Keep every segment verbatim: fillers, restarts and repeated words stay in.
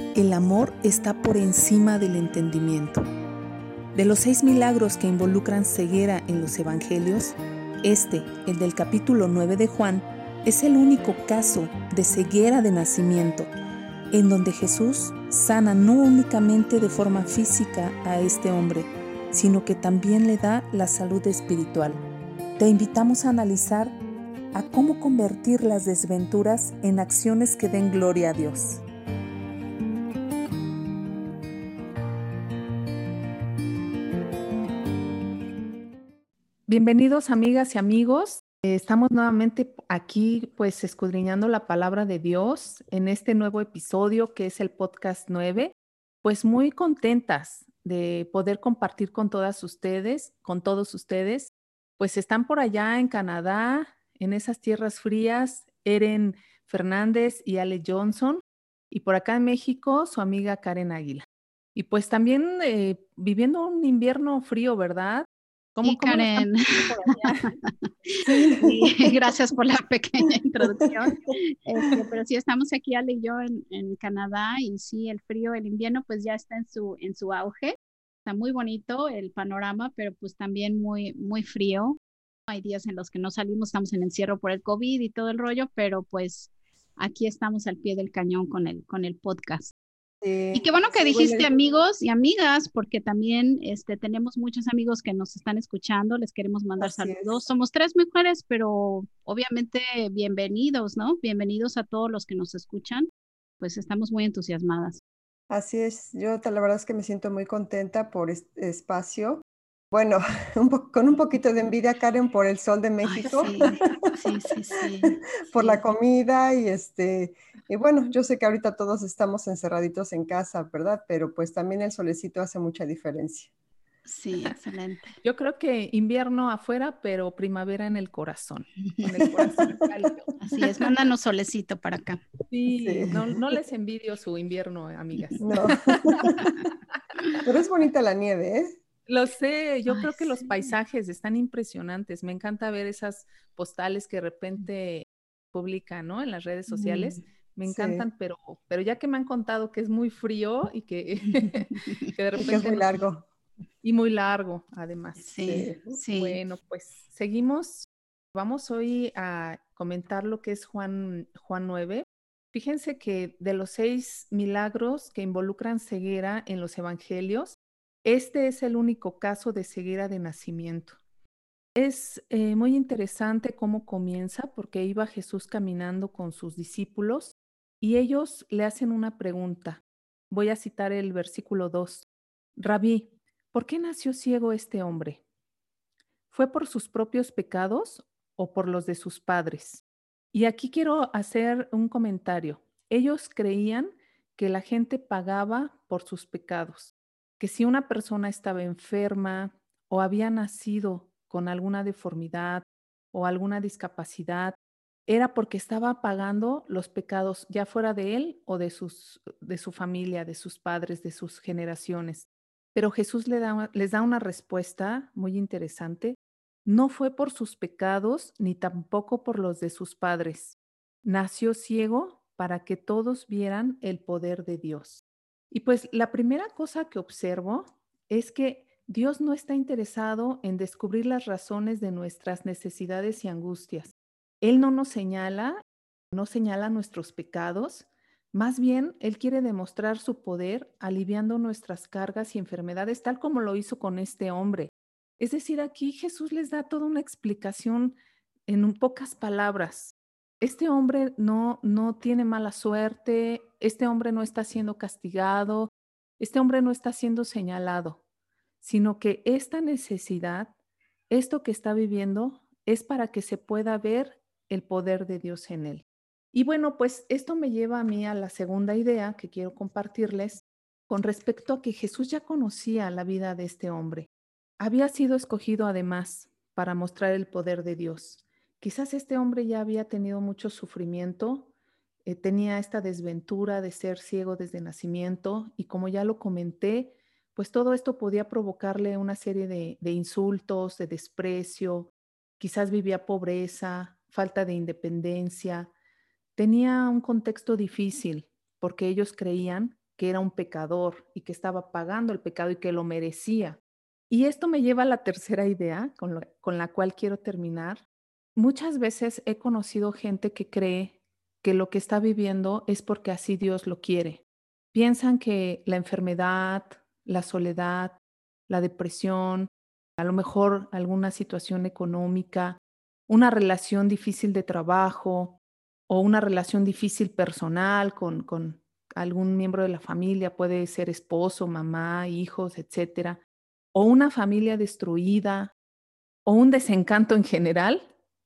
El amor está por encima del entendimiento. De los seis milagros que involucran ceguera en los evangelios, este, el del capítulo nueve de Juan, es el único caso de ceguera de nacimiento, en donde Jesús sana no únicamente de forma física a este hombre, sino que también le da la salud espiritual. Te invitamos a analizar a cómo convertir las desventuras en acciones que den gloria a Dios. Bienvenidos, amigas y amigos. Eh, Estamos nuevamente aquí pues escudriñando la palabra de Dios en este nuevo episodio que es el podcast nueve. Pues muy contentas de poder compartir con todas ustedes, con todos ustedes. Pues están por allá en Canadá, en esas tierras frías, Eren Fernández y Ale Johnson. Y por acá en México, su amiga Karen Águila. Y pues también eh, viviendo un invierno frío, ¿verdad? ¿Cómo, Sí, cómo lo están Karen. pasando por allá? Sí, sí, gracias por la pequeña introducción. Este, pero sí, estamos aquí, Ale y yo, en, en Canadá, y sí, el frío, el invierno, pues ya está en su, en su auge. Está muy bonito el panorama, pero pues también muy, muy frío. Hay días en los que no salimos, estamos en encierro por el COVID y todo el rollo, pero pues aquí estamos al pie del cañón con el, con el podcast. Y Sí, qué bueno que sí, bueno, dijiste amigos y amigas, porque también este, tenemos muchos amigos que nos están escuchando, les queremos mandar así saludos. es. Somos tres mujeres, pero obviamente bienvenidos, ¿no? Bienvenidos a todos los que nos escuchan, pues estamos muy entusiasmadas. Así es. Yo ta- la verdad es que me siento muy contenta por este espacio. Bueno, un po- con un poquito de envidia, Karen, por el sol de Ay, México, sí, sí, sí, sí, por la sí, comida y este, y bueno, yo sé que ahorita todos estamos encerraditos en casa, ¿verdad? Pero pues también el solecito hace mucha diferencia. sí, excelente. Yo creo que invierno afuera, pero primavera en el corazón, con el corazón cálido. Así es, mándanos solecito para acá. Sí, Sí, no, no les envidio su invierno, amigas. no. Pero es bonita la nieve, ¿eh? Lo sé, yo Ay, creo que los sí. paisajes están impresionantes. Me encanta ver esas postales que de repente publican, ¿no? En las redes sociales. Mm, Me Sí, encantan, pero, pero ya que me han contado que es muy frío y que, que de y que es repente muy no, largo. y muy largo, además. sí, Sí. sí. Bueno, pues seguimos. Vamos hoy a comentar lo que es Juan, Juan nueve. Fíjense que de los seis milagros que involucran ceguera en los evangelios, este es el único caso de ceguera de nacimiento. Es eh, muy interesante cómo comienza, porque iba Jesús caminando con sus discípulos y ellos le hacen una pregunta. Voy a citar el versículo dos. Rabí, ¿por qué nació ciego este hombre? ¿Fue por sus propios pecados o por los de sus padres? Y aquí quiero hacer un comentario. Ellos creían que la gente pagaba por sus pecados, que si una persona estaba enferma o había nacido con alguna deformidad o alguna discapacidad, era porque estaba pagando los pecados ya fuera de él o de, sus, de su familia, de sus padres, de sus generaciones. Pero Jesús le da, les da una respuesta muy interesante. No fue por sus pecados ni tampoco por los de sus padres. Nació ciego para que todos vieran el poder de Dios. Y pues la primera cosa que observo es que Dios no está interesado en descubrir las razones de nuestras necesidades y angustias. Él no nos señala, no señala nuestros pecados, más bien Él quiere demostrar su poder aliviando nuestras cargas y enfermedades, tal como lo hizo con este hombre. Es decir, aquí Jesús les da toda una explicación en un- pocas palabras. Este hombre no, no tiene mala suerte, este hombre no está siendo castigado, este hombre no está siendo señalado, sino que esta necesidad, esto que está viviendo, es para que se pueda ver el poder de Dios en él. Y bueno, pues esto me lleva a mí a la segunda idea que quiero compartirles con respecto a que Jesús ya conocía la vida de este hombre. Había sido escogido además para mostrar el poder de Dios. Quizás este hombre ya había tenido mucho sufrimiento, eh, tenía esta desventura de ser ciego desde nacimiento y como ya lo comenté, pues todo esto podía provocarle una serie de, de insultos, de desprecio, quizás vivía pobreza, falta de independencia, tenía un contexto difícil porque ellos creían que era un pecador y que estaba pagando el pecado y que lo merecía. Y esto me lleva a la tercera idea con, lo- con la cual quiero terminar. Muchas veces he conocido gente que cree que lo que está viviendo es porque así Dios lo quiere. Piensan que la enfermedad, la soledad, la depresión, a lo mejor alguna situación económica, una relación difícil de trabajo o una relación difícil personal con, con algún miembro de la familia, puede ser esposo, mamá, hijos, etcétera, o una familia destruida o un desencanto en general,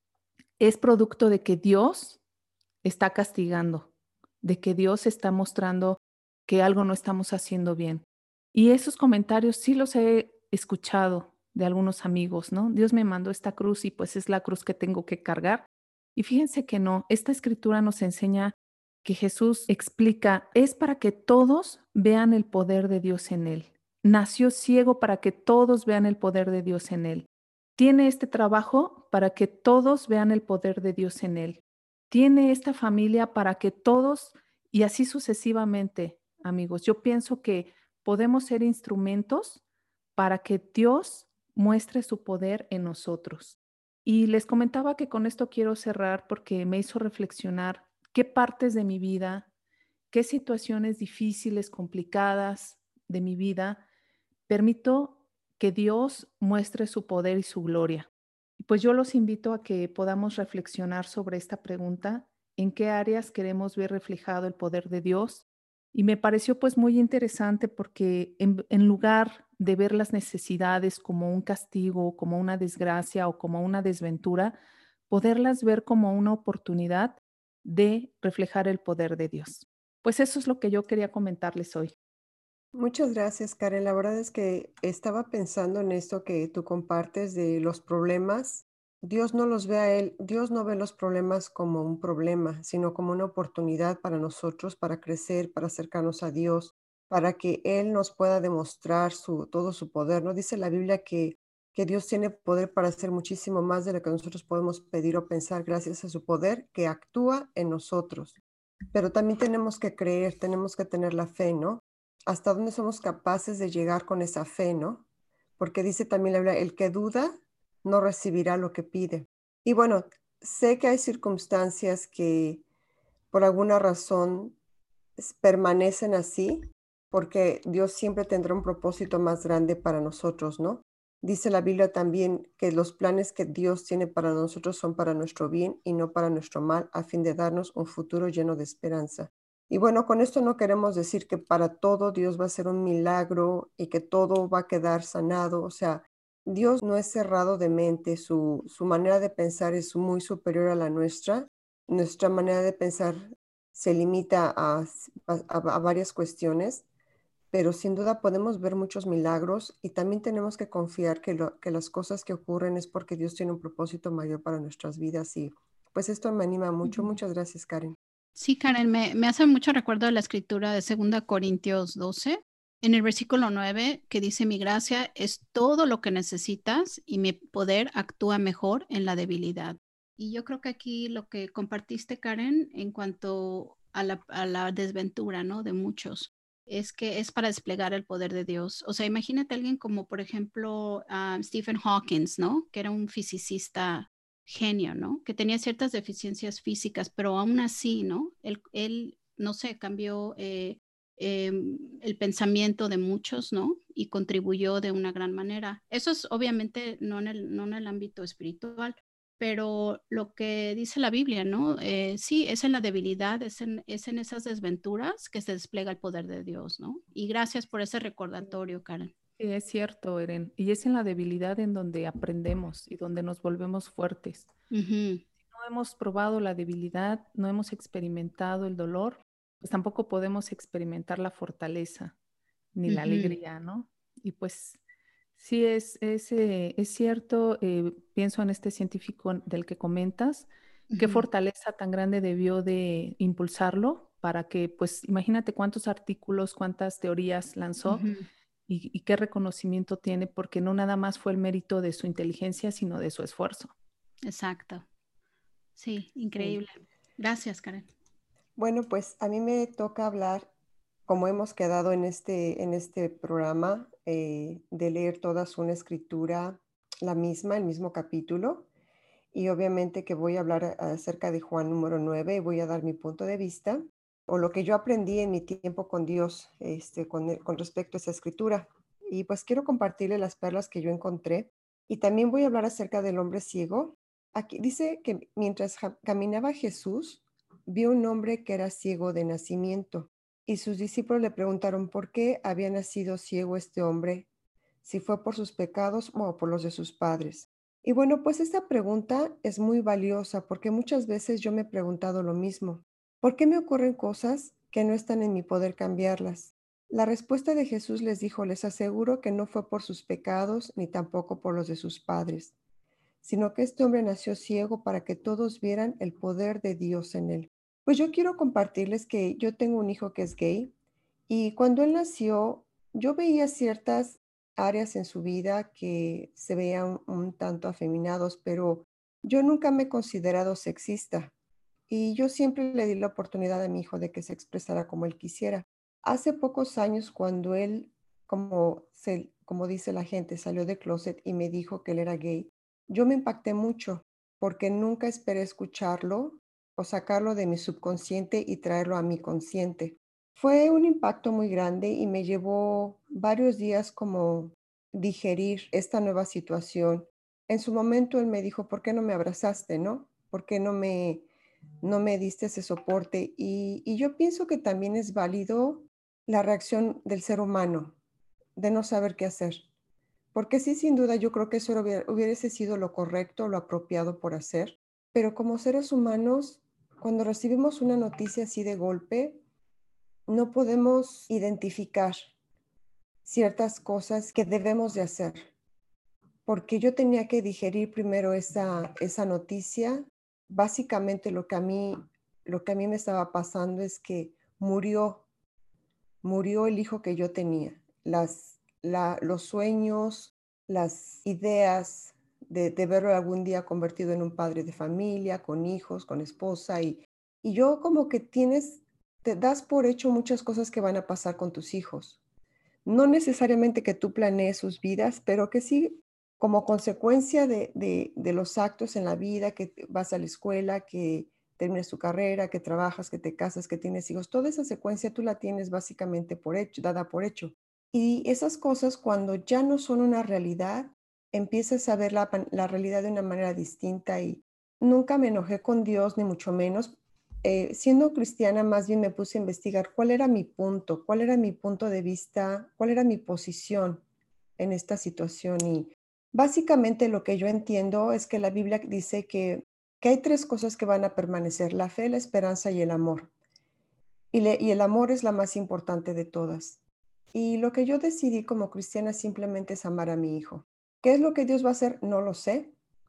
es producto de que Dios está castigando, de que Dios está mostrando que algo no estamos haciendo bien. Y esos comentarios sí los he escuchado de algunos amigos, ¿no? Dios me mandó esta cruz y pues es la cruz que tengo que cargar. Y fíjense que no, esta escritura nos enseña que Jesús explica, es para que todos vean el poder de Dios en él. Nació ciego para que todos vean el poder de Dios en él. Tiene este trabajo para que todos vean el poder de Dios en él. Tiene esta familia para que todos, y así sucesivamente, amigos. Yo pienso que podemos ser instrumentos para que Dios muestre su poder en nosotros. Y les comentaba que con esto quiero cerrar porque me hizo reflexionar qué partes de mi vida, qué situaciones difíciles, complicadas de mi vida permito que Dios muestre su poder y su gloria. Y pues yo los invito a que podamos reflexionar sobre esta pregunta, en qué áreas queremos ver reflejado el poder de Dios. Y me pareció pues muy interesante porque en, en lugar de ver las necesidades como un castigo, como una desgracia o como una desventura, poderlas ver como una oportunidad de reflejar el poder de Dios. Pues eso es lo que yo quería comentarles hoy. Muchas gracias, Karen. La verdad es que estaba pensando en esto que tú compartes de los problemas. Dios no los ve a él, Dios no ve los problemas como un problema, sino como una oportunidad para nosotros, para crecer, para acercarnos a Dios, para que Él nos pueda demostrar su, todo su poder. ¿No? Dice la Biblia que, que Dios tiene poder para hacer muchísimo más de lo que nosotros podemos pedir o pensar gracias a su poder que actúa en nosotros. Pero también tenemos que creer, tenemos que tener la fe, ¿no? Hasta dónde somos capaces de llegar con esa fe, ¿no? Porque dice también la Biblia, el que duda no recibirá lo que pide. Y bueno, sé que hay circunstancias que por alguna razón s- permanecen así, porque Dios siempre tendrá un propósito más grande para nosotros, ¿no? Dice la Biblia también que los planes que Dios tiene para nosotros son para nuestro bien y no para nuestro mal, a fin de darnos un futuro lleno de esperanza. Y bueno, con esto no queremos decir que para todo Dios va a ser un milagro y que todo va a quedar sanado. O sea, Dios no es cerrado de mente, su, su manera de pensar es muy superior a la nuestra. Nuestra manera de pensar se limita a, a, a varias cuestiones, pero sin duda podemos ver muchos milagros y también tenemos que confiar que, lo, que las cosas que ocurren es porque Dios tiene un propósito mayor para nuestras vidas y pues esto me anima mucho. Ujú. Muchas gracias, Karen. Sí, Karen, me, me hace mucho recuerdo de la escritura de Segunda Corintios doce, en el versículo nueve, que dice, mi gracia es todo lo que necesitas y mi poder actúa mejor en la debilidad. Y yo creo que aquí lo que compartiste, Karen, en cuanto a la, a la desventura, ¿no? De muchos, es que es para desplegar el poder de Dios. O sea, imagínate a alguien como, por ejemplo, ah, Stephen Hawking, ¿no? Que era un fisicista genio, ¿no? Que tenía ciertas deficiencias físicas, pero aún así, ¿no? Él, él no sé, cambió eh, eh, el pensamiento de muchos, ¿no? Y contribuyó de una gran manera. Eso es obviamente no en el, no en el ámbito espiritual, pero lo que dice la Biblia, ¿no? Eh, sí, es en la debilidad, es en, es en esas desventuras que se despliega el poder de Dios, ¿no? Y gracias por ese recordatorio, Karen. Sí, es cierto, Eren. Y es en la debilidad en donde aprendemos y donde nos volvemos fuertes. Ujú, Si no hemos probado la debilidad, no hemos experimentado el dolor, pues tampoco podemos experimentar la fortaleza ni la ujú, alegría, ¿no? Y pues sí, es, es, eh, es cierto, eh, pienso en este científico del que comentas, qué ujú, fortaleza tan grande debió de impulsarlo para que, pues imagínate cuántos artículos, cuántas teorías lanzó ujú. y, y qué reconocimiento tiene, porque no nada más fue el mérito de su inteligencia, sino de su esfuerzo. Exacto. Sí, Sí. increíble. Gracias, Karen. Bueno, pues a mí me toca hablar como hemos quedado en este, en este programa, eh, de leer toda una escritura, la misma, el mismo capítulo, y obviamente que voy a hablar a- acerca de Juan número nueve y voy a dar mi punto de vista o lo que yo aprendí en mi tiempo con Dios, este, con, el- con respecto a esa escritura. Y pues quiero compartirle las perlas que yo encontré y también voy a hablar acerca del hombre ciego. Aquí dice que mientras ja- caminaba Jesús, vio un hombre que era ciego de nacimiento y sus discípulos le preguntaron por qué había nacido ciego este hombre, si fue por sus pecados o por los de sus padres. Y bueno, pues esta pregunta es muy valiosa porque muchas veces yo me he preguntado lo mismo. ¿Por qué me ocurren cosas que no están en mi poder cambiarlas? La respuesta de Jesús les dijo, les aseguro que no fue por sus pecados ni tampoco por los de sus padres, sino que este hombre nació ciego para que todos vieran el poder de Dios en él. Pues yo quiero compartirles que yo tengo un hijo que es gay y cuando él nació, yo veía ciertas áreas en su vida que se veían un tanto afeminados, pero yo nunca me he considerado sexista y yo siempre le di la oportunidad a mi hijo de que se expresara como él quisiera. Hace pocos años, cuando él, como, se, como dice la gente, salió de closet y me dijo que él era gay, yo me impacté mucho porque nunca esperé escucharlo o sacarlo de mi subconsciente y traerlo a mi consciente. Fue un impacto muy grande y me llevó varios días como digerir esta nueva situación. En su momento él me dijo, ¿por qué no me abrazaste, no? ¿Por qué no me, no me diste ese soporte? Y, y yo pienso que también es válido la reacción del ser humano, de no saber qué hacer. Porque sí, sin duda, yo creo que eso hubiera, hubiese sido lo correcto, lo apropiado por hacer. Pero como seres humanos, cuando recibimos una noticia así de golpe, no podemos identificar ciertas cosas que debemos de hacer, porque yo tenía que digerir primero esa, esa noticia. Básicamente lo que a mí, lo que a mí me estaba pasando es que murió, murió el hijo que yo tenía. Las, la, los sueños, las ideas de, de verlo algún día convertido en un padre de familia, con hijos, con esposa, y, y yo como que tienes, te das por hecho muchas cosas que van a pasar con tus hijos. No necesariamente que tú planees sus vidas, pero que sí, como consecuencia de, de, de los actos en la vida, que vas a la escuela, que terminas tu carrera, que trabajas, que te casas, que tienes hijos, toda esa secuencia tú la tienes básicamente por hecho, dada por hecho. Y esas cosas cuando ya no son una realidad, empiezas a ver la, la realidad de una manera distinta y nunca me enojé con Dios, ni mucho menos, eh, siendo cristiana, más bien me puse a investigar cuál era mi punto, cuál era mi punto de vista, cuál era mi posición en esta situación. Y básicamente lo que yo entiendo es que la Biblia dice que, que hay tres cosas que van a permanecer, la fe, la esperanza y el amor. Y, le, y el amor es la más importante de todas. Y lo que yo decidí como cristiana simplemente es amar a mi hijo. ¿Qué es lo que Dios va a hacer? No lo sé,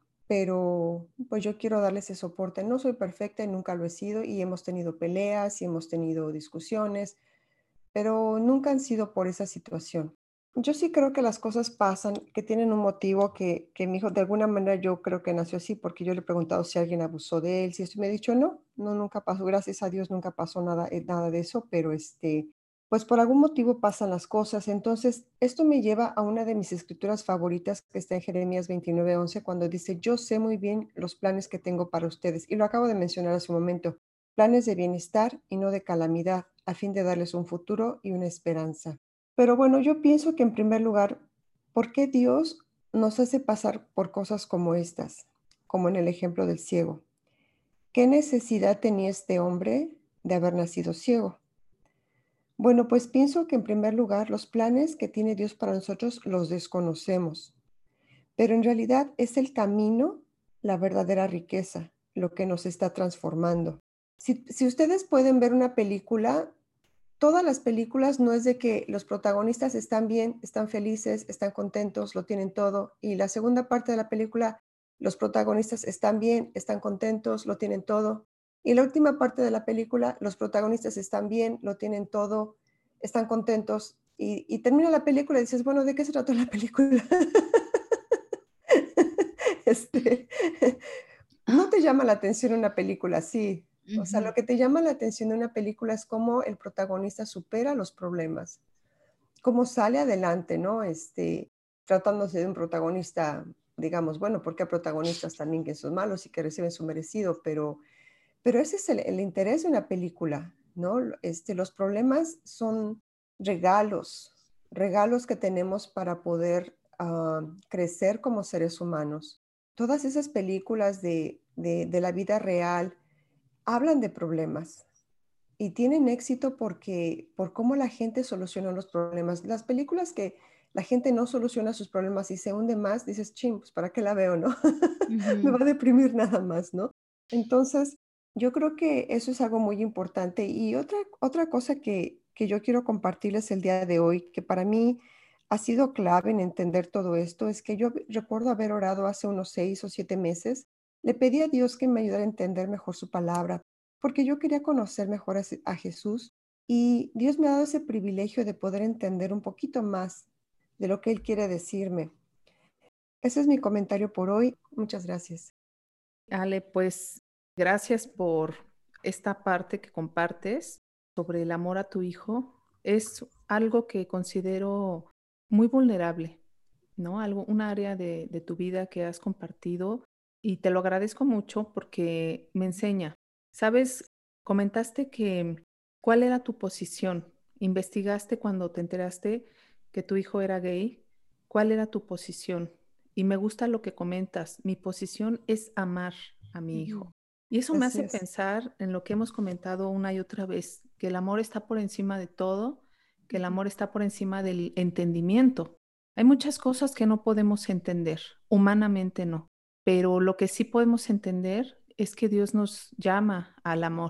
pero pues yo quiero darle ese soporte. No soy perfecta y nunca lo he sido y hemos tenido peleas y hemos tenido discusiones, pero nunca han sido por esa situación. Yo sí creo que las cosas pasan, que tienen un motivo, que, que mi hijo de alguna manera yo creo que nació así, porque yo le he preguntado si alguien abusó de él, si esto, y me ha dicho no, no, nunca pasó, gracias a Dios nunca pasó nada, eh, nada de eso, pero este, pues por algún motivo pasan las cosas. Entonces, esto me lleva a una de mis escrituras favoritas que está en Jeremías veintinueve once, cuando dice, yo sé muy bien los planes que tengo para ustedes, y lo acabo de mencionar hace un momento, planes de bienestar y no de calamidad, a fin de darles un futuro y una esperanza. Pero bueno, yo pienso que en primer lugar, ¿por qué Dios nos hace pasar por cosas como estas, como en el ejemplo del ciego? ¿Qué necesidad tenía este hombre de haber nacido ciego? Bueno, pues pienso que en primer lugar los planes que tiene Dios para nosotros los desconocemos, pero en realidad es el camino, la verdadera riqueza, lo que nos está transformando. Si, si ustedes pueden ver una película, todas las películas no es de que los protagonistas están bien, están felices, están contentos, lo tienen todo, y la segunda parte de la película, los protagonistas están bien, están contentos, lo tienen todo, y la última parte de la película, los protagonistas están bien, lo tienen todo, están contentos, y, y termina la película y dices, bueno, ¿de qué se trató la película? este, ¿no te llama la atención una película así? O sea, lo que te llama la atención de una película es cómo el protagonista supera los problemas, cómo sale adelante, ¿no? Este, tratándose de un protagonista, digamos, bueno, porque hay protagonistas también que son malos y que reciben su merecido, pero, pero ese es el, el interés de una película, ¿no? Este, los problemas son regalos, regalos que tenemos para poder ah, crecer como seres humanos. Todas esas películas de, de, de la vida real hablan de problemas y tienen éxito porque por cómo la gente soluciona los problemas. Las películas que la gente no soluciona sus problemas y se hunde más, dices, ching, pues ¿para qué la veo, no? Me Ujú. va a deprimir nada más, ¿no? Entonces, yo creo que eso es algo muy importante. Y otra, otra cosa que, que yo quiero compartirles el día de hoy, que para mí ha sido clave en entender todo esto, es que yo recuerdo haber orado hace unos seis o siete meses. Le pedí a Dios que me ayudara a entender mejor su palabra, porque yo quería conocer mejor a, Se- a Jesús y Dios me ha dado ese privilegio de poder entender un poquito más de lo que Él quiere decirme. Ese es mi comentario por hoy. Muchas gracias. Ale, pues gracias por esta parte que compartes sobre el amor a tu hijo. Es algo que considero muy vulnerable, ¿no? Algo, un área de, de tu vida que has compartido y te lo agradezco mucho porque me enseña. Sabes, comentaste que cuál era tu posición. Investigaste cuando te enteraste que tu hijo era gay. ¿Cuál era tu posición? Y me gusta lo que comentas. Mi posición es amar a mi Ujú. hijo. Y eso me Así hace es. pensar en lo que hemos comentado una y otra vez, que el amor está por encima de todo, que el Ujú. amor está por encima del entendimiento. Hay muchas cosas que no podemos entender, humanamente no, pero lo que sí podemos entender es que Dios nos llama al amor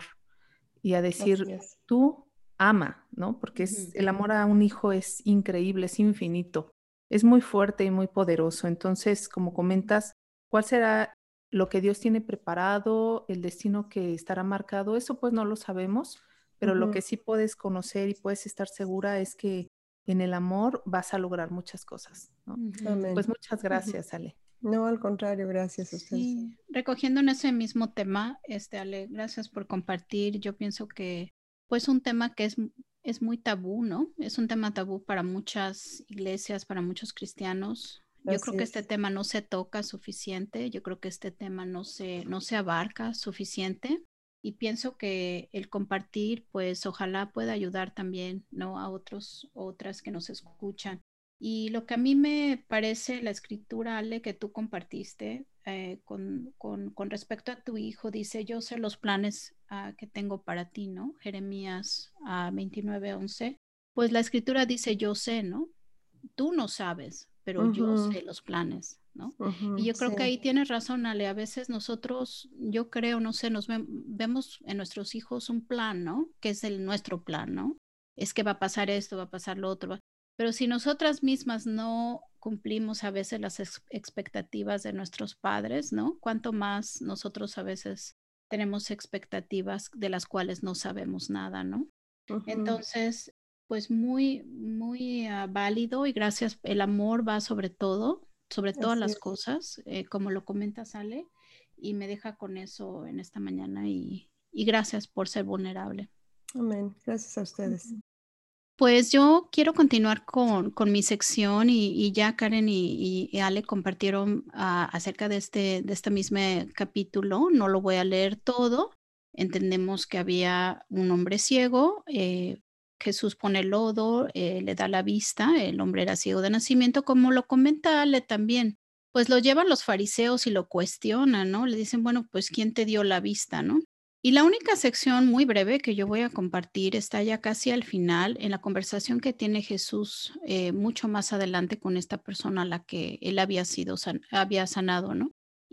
y a Así decir, es. tú ama, ¿no? Porque es, Ujú. el amor a un hijo es increíble, es infinito, es muy fuerte y muy poderoso. Entonces, como comentas, ¿cuál será lo que Dios tiene preparado, el destino que estará marcado? Eso pues no lo sabemos, pero lo Ujú. que sí puedes conocer y puedes estar segura es que en el amor vas a lograr muchas cosas, ¿no? Ujú. Pues Amén. muchas Ujú. gracias, Ale. No, al contrario, gracias a ustedes. Sí, recogiendo en ese mismo tema, este Ale, gracias por compartir. Yo pienso que pues un tema que es, es muy tabú, ¿no? Es un tema tabú para muchas iglesias, para muchos cristianos. Yo creo Así que este es. tema no se toca suficiente, yo creo que este tema no se, no se abarca suficiente y pienso que el compartir, pues ojalá pueda ayudar también, ¿no? A otros, otras que nos escuchan. Y lo que a mí me parece la escritura, Ale, que tú compartiste eh, con, con, con respecto a tu hijo, dice, yo sé los planes ah, que tengo para ti, ¿no? Jeremías ah, veintinueve once. Pues la escritura dice, yo sé, ¿no? Tú no sabes, pero yo Ujú, sé los planes, ¿no? Y ujú, yo creo que sí, ahí tienes razón, Ale. A veces nosotros, yo creo, no sé, nos ve- vemos en nuestros hijos un plan, ¿no? Que es el nuestro plan, ¿no? Es que va a pasar esto, va a pasar lo otro. va- Pero si nosotras mismas no cumplimos a veces las ex- expectativas de nuestros padres, ¿no? Cuánto más nosotros a veces tenemos expectativas de las cuales no sabemos nada, ¿no? ujú, Entonces, pues muy, muy ah, válido y gracias. El amor va sobre todo, sobre todas así las es. cosas, eh, como lo comenta Sale, y me deja con eso en esta mañana y, y gracias por ser vulnerable. Amén. Gracias a ustedes. Ujú. Pues yo quiero continuar con, con mi sección y, y ya Karen y, y Ale compartieron ah, acerca de este, de este mismo capítulo. No lo voy a leer todo. Entendemos que había un hombre ciego. eh, Jesús pone lodo, eh, le da la vista. El hombre era ciego de nacimiento, como lo comenta Ale también. Pues lo llevan los fariseos y lo cuestionan, ¿no? Le dicen, bueno, pues ¿quién te dio la vista, no? Y la única sección muy breve que yo voy a compartir está ya casi al final en la conversación que tiene Jesús eh, mucho más adelante con esta persona a la que él había sido san- había sanado, ¿no?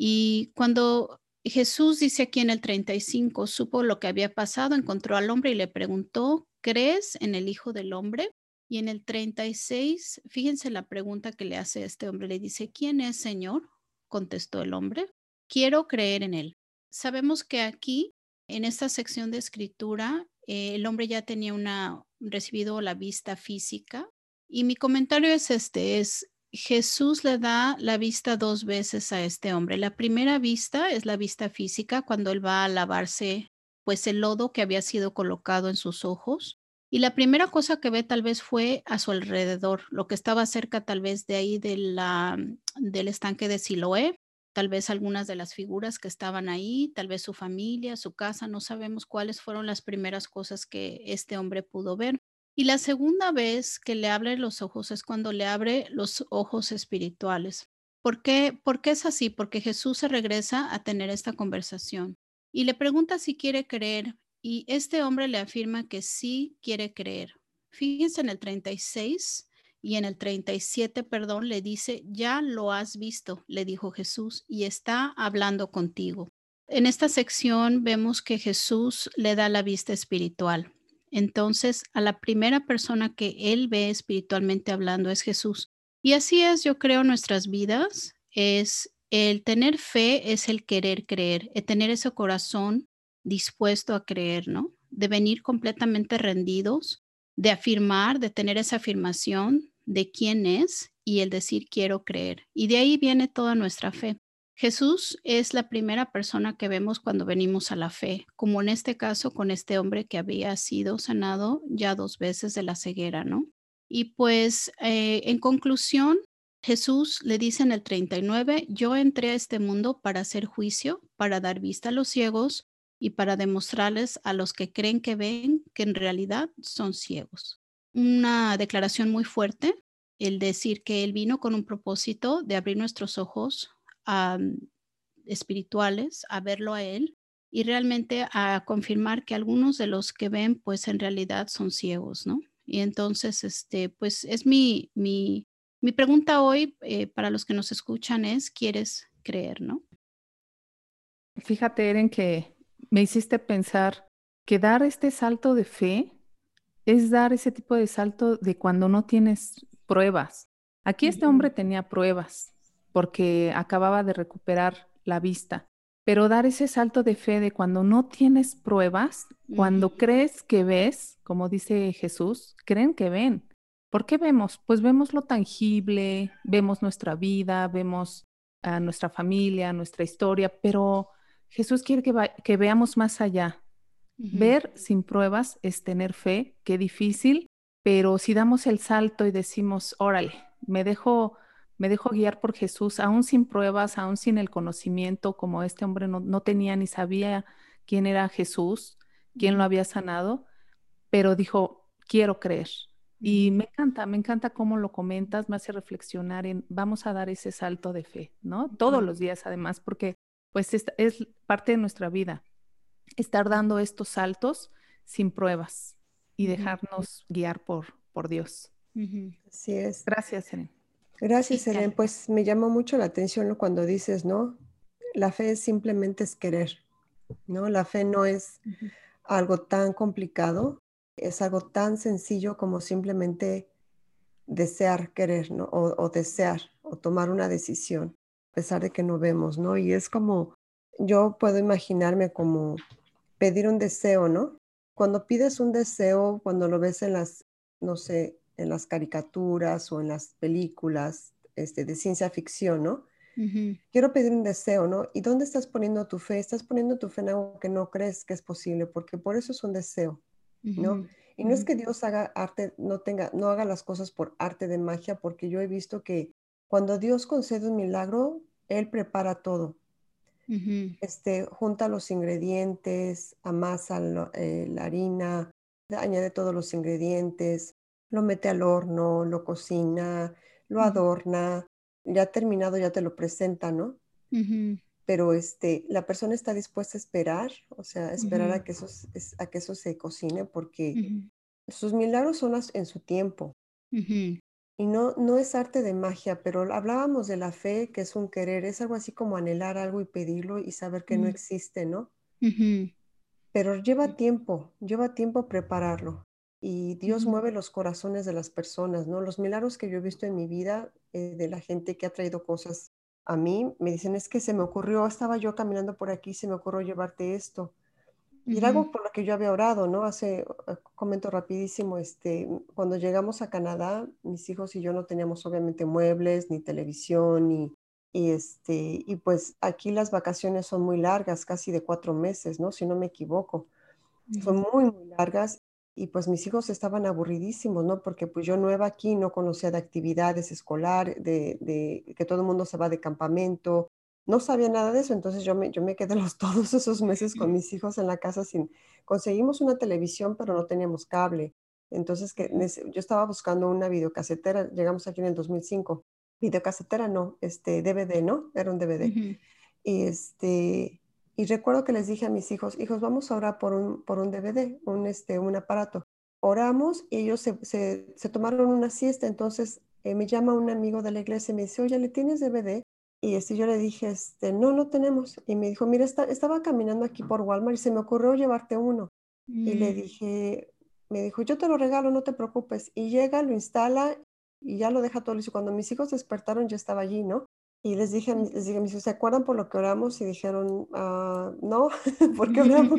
Y cuando Jesús dice aquí en el treinta y cinco, supo lo que había pasado, encontró al hombre y le preguntó, ¿crees en el Hijo del Hombre? Y en el treinta y seis, fíjense la pregunta que le hace este hombre, le dice, ¿quién es, Señor? Contestó el hombre, quiero creer en él. Sabemos que aquí en esta sección de escritura, eh, el hombre ya tenía una, recibido la vista física y mi comentario es este, es Jesús le da la vista dos veces a este hombre. La primera vista es la vista física cuando él va a lavarse pues el lodo que había sido colocado en sus ojos. Y la primera cosa que ve tal vez fue a su alrededor, lo que estaba cerca tal vez de ahí de la, del estanque de Siloé, tal vez algunas de las figuras que estaban ahí, tal vez su familia, su casa, no sabemos cuáles fueron las primeras cosas que este hombre pudo ver. Y la segunda vez que le abre los ojos es cuando le abre los ojos espirituales. ¿Por qué? ¿Por qué es así? Porque Jesús se regresa a tener esta conversación y le pregunta si quiere creer, y este hombre le afirma que sí quiere creer. Fíjense en el treinta y seis y en el treinta y siete, perdón, le dice, ya lo has visto, le dijo Jesús, y está hablando contigo. En esta sección vemos que Jesús le da la vista espiritual. Entonces, a la primera persona que él ve espiritualmente hablando es Jesús. Y así es, yo creo, nuestras vidas. Es el tener fe, es el querer creer, el tener ese corazón dispuesto a creer, ¿no? De venir completamente rendidos, de afirmar, de tener esa afirmación de quién es y el decir quiero creer. Y de ahí viene toda nuestra fe. Jesús es la primera persona que vemos cuando venimos a la fe, como en este caso con este hombre que había sido sanado ya dos veces de la ceguera, ¿no? Y pues eh, en conclusión, Jesús le dice en el treinta y nueve, yo entré a este mundo para hacer juicio, para dar vista a los ciegos y para demostrarles a los que creen que ven que en realidad son ciegos. Una declaración muy fuerte, el decir que Él vino con un propósito de abrir nuestros ojos um, espirituales, a verlo a Él y realmente a confirmar que algunos de los que ven pues en realidad son ciegos, ¿no? Y entonces, este, pues es mi, mi, mi pregunta hoy eh, para los que nos escuchan es, ¿quieres creer, no? Fíjate, Eren, que me hiciste pensar que dar este salto de fe es dar ese tipo de salto de cuando no tienes pruebas. Aquí este Ujú, hombre tenía pruebas porque acababa de recuperar la vista, pero dar ese salto de fe de cuando no tienes pruebas, ujú, cuando crees que ves, como dice Jesús, creen que ven. ¿Por qué vemos? Pues vemos lo tangible, vemos nuestra vida, vemos a nuestra familia, nuestra historia, pero Jesús quiere que, va- que veamos más allá. ujú, Ver sin pruebas es tener fe, qué difícil, pero si damos el salto y decimos, órale, me dejo, me dejo guiar por Jesús, aún sin pruebas, aún sin el conocimiento, como este hombre no, no tenía ni sabía quién era Jesús, quién lo ujú, había sanado, pero dijo, quiero creer. Y ujú, me encanta, me encanta cómo lo comentas, me hace reflexionar en, vamos a dar ese salto de fe, ¿no? Todos los días además, porque pues esta es parte de nuestra vida estar dando estos saltos sin pruebas y ujú, dejarnos guiar por, por Dios. ujú. Así es. Gracias, Eren. Gracias, Sí, Eren. Ale. Pues me llamó mucho la atención lo cuando dices, ¿no? La fe es simplemente es querer, ¿no? La fe no es Ujú, algo tan complicado, es algo tan sencillo como simplemente desear querer, ¿no? O, o desear o tomar una decisión, a pesar de que no vemos, ¿no? Y es como, yo puedo imaginarme como pedir un deseo, ¿no? Cuando pides un deseo, cuando lo ves en las, no sé, en las caricaturas o en las películas este, de ciencia ficción, ¿no? ujú, Quiero pedir un deseo, ¿no? ¿Y dónde estás poniendo tu fe? Estás poniendo tu fe en algo que no crees que es posible, porque por eso es un deseo, ¿no? ujú, Y no es ujú, que Dios haga arte, no tenga, no haga las cosas por arte de magia, porque yo he visto que cuando Dios concede un milagro, Él prepara todo. ujú, Este, junta los ingredientes, amasa lo- eh, la harina, añade todos los ingredientes, lo mete al horno, lo cocina, lo ujú, adorna, ya terminado ya te lo presenta, ¿no? ujú, Pero, este, la persona está dispuesta a esperar, o sea, esperar ujú, a que eso s es a que eso se cocine, porque ujú, sus milagros son as en su tiempo, ujú, y no no es arte de magia, pero hablábamos de la fe, que es un querer, es algo así como anhelar algo y pedirlo y saber que no ujú, existe, ¿no? ujú, Pero lleva tiempo, lleva tiempo prepararlo, y Dios ujú, mueve los corazones de las personas, ¿no? Los milagros que yo he visto en mi vida, eh, de la gente que ha traído cosas a mí, me dicen: "Es que se me ocurrió, estaba yo caminando por aquí, se me ocurrió llevarte esto". Y era ujú, algo por lo que yo había orado, ¿no? Hace, eh, comento rapidísimo, este, cuando llegamos a Canadá, mis hijos y yo no teníamos obviamente muebles, ni televisión, ni Y, este, y pues aquí las vacaciones son muy largas, casi de cuatro meses, ¿no? Si no me equivoco. Son Ujú. muy, muy largas y pues mis hijos estaban aburridísimos, ¿no? Porque pues yo nueva aquí no conocía de actividades escolares, de, de que todo el mundo se va de campamento, no sabía nada de eso, entonces yo me, yo me quedé los, todos esos meses con mis hijos en la casa sin, conseguimos una televisión, pero no teníamos cable. Entonces que Ujú. nece- yo estaba buscando una videocasetera, llegamos aquí en el dos mil cinco. Videocasetera no, este D V D, ¿no? Era un D V D. Ujú. Y, este, y recuerdo que les dije a mis hijos, hijos, vamos a orar por un, por un D V D, un, este, un aparato. Oramos y ellos se, se, se tomaron una siesta. Entonces eh, me llama un amigo de la iglesia y me dice, oye, ¿le tienes D V D? Y este, yo le dije, este, no, no tenemos. Y me dijo, mira, está, estaba caminando aquí por Walmart y se me ocurrió llevarte uno. Y le Mm. dije, me dijo, yo te lo regalo, no te preocupes. Y llega, lo instala y ya lo deja todo listo. Cuando mis hijos despertaron, yo estaba allí, ¿no? Y les dije, a mis- les dije, a mis hijos, ¿se acuerdan por lo que oramos? Y dijeron, "Ah, no, ¿por qué oramos?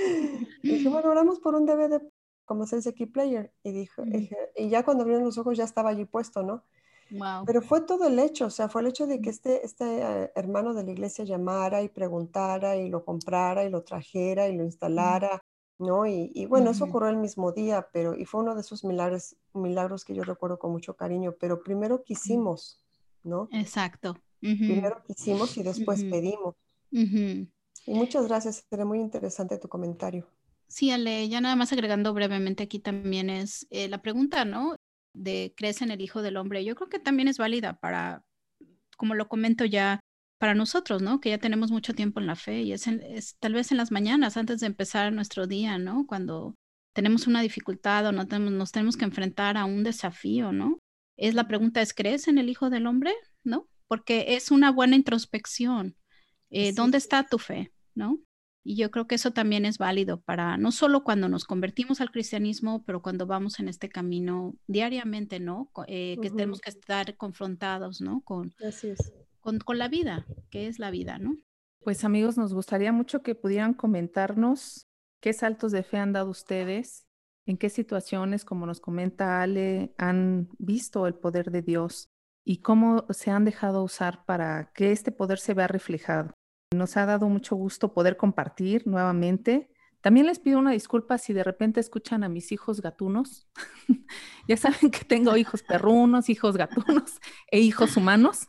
Y dije, bueno, oramos por un D V D como Sense Key Player. Y dijo, Ujú. dije- y ya cuando abrieron los ojos ya estaba allí puesto, ¿no? Wow. Pero fue todo el hecho, o sea, fue el hecho de que este, este eh, hermano de la iglesia llamara y preguntara y lo comprara y lo trajera y lo instalara, ¿no? Y, y bueno, eso Ujú. ocurrió el mismo día, pero, y fue uno de esos milagros, milagros que yo recuerdo con mucho cariño, pero primero quisimos, ¿no? Exacto. Ujú. Primero quisimos y después Ujú. pedimos. Ujú. Y muchas gracias, era muy interesante tu comentario. Sí, Ale, ya nada más agregando brevemente aquí también es eh, la pregunta, ¿no? De ¿crees en el Hijo del Hombre? Yo creo que también es válida para, como lo comento ya, para nosotros, ¿no? Que ya tenemos mucho tiempo en la fe y es, en- es tal vez en las mañanas antes de empezar nuestro día, ¿no? Cuando tenemos una dificultad o no tenemos, nos tenemos que enfrentar a un desafío, ¿no? Es la pregunta es, ¿crees en el Hijo del Hombre? ¿No? Porque es una buena introspección. Eh, Así ¿dónde es. está tu fe? ¿No? Y yo creo que eso también es válido para no solo cuando nos convertimos al cristianismo, pero cuando vamos en este camino diariamente, ¿no? Co- eh, que Ujú, tenemos que estar confrontados, ¿no? Con, así es. con, con la vida, que es la vida, ¿no? Pues amigos, nos gustaría mucho que pudieran comentarnos qué saltos de fe han dado ustedes, en qué situaciones, como nos comenta Ale, han visto el poder de Dios y cómo se han dejado usar para que este poder se vea reflejado. Nos ha dado mucho gusto poder compartir nuevamente. También les pido una disculpa si de repente escuchan a mis hijos gatunos. Ya saben que tengo hijos perrunos, hijos gatunos e hijos humanos,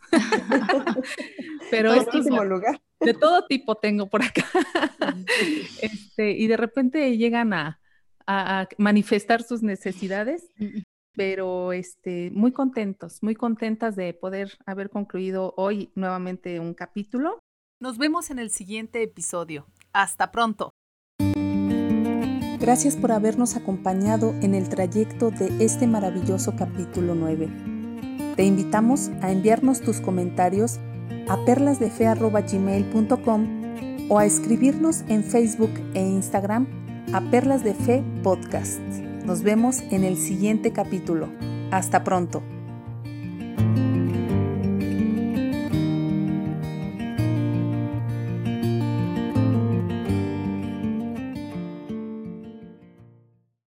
pero En estos último lugar. de todo tipo tengo por acá. Este, y de repente llegan a, a- a manifestar sus necesidades, pero este, muy contentos, muy contentas de poder haber concluido hoy nuevamente un capítulo. Nos vemos en el siguiente episodio. Hasta pronto. Gracias por habernos acompañado en el trayecto de este maravilloso capítulo nueve. Te invitamos a enviarnos tus comentarios a perlasdefe arroba gmail punto com o a escribirnos en Facebook e Instagram a Perlas de Fe Podcast. Nos vemos en el siguiente capítulo. Hasta pronto.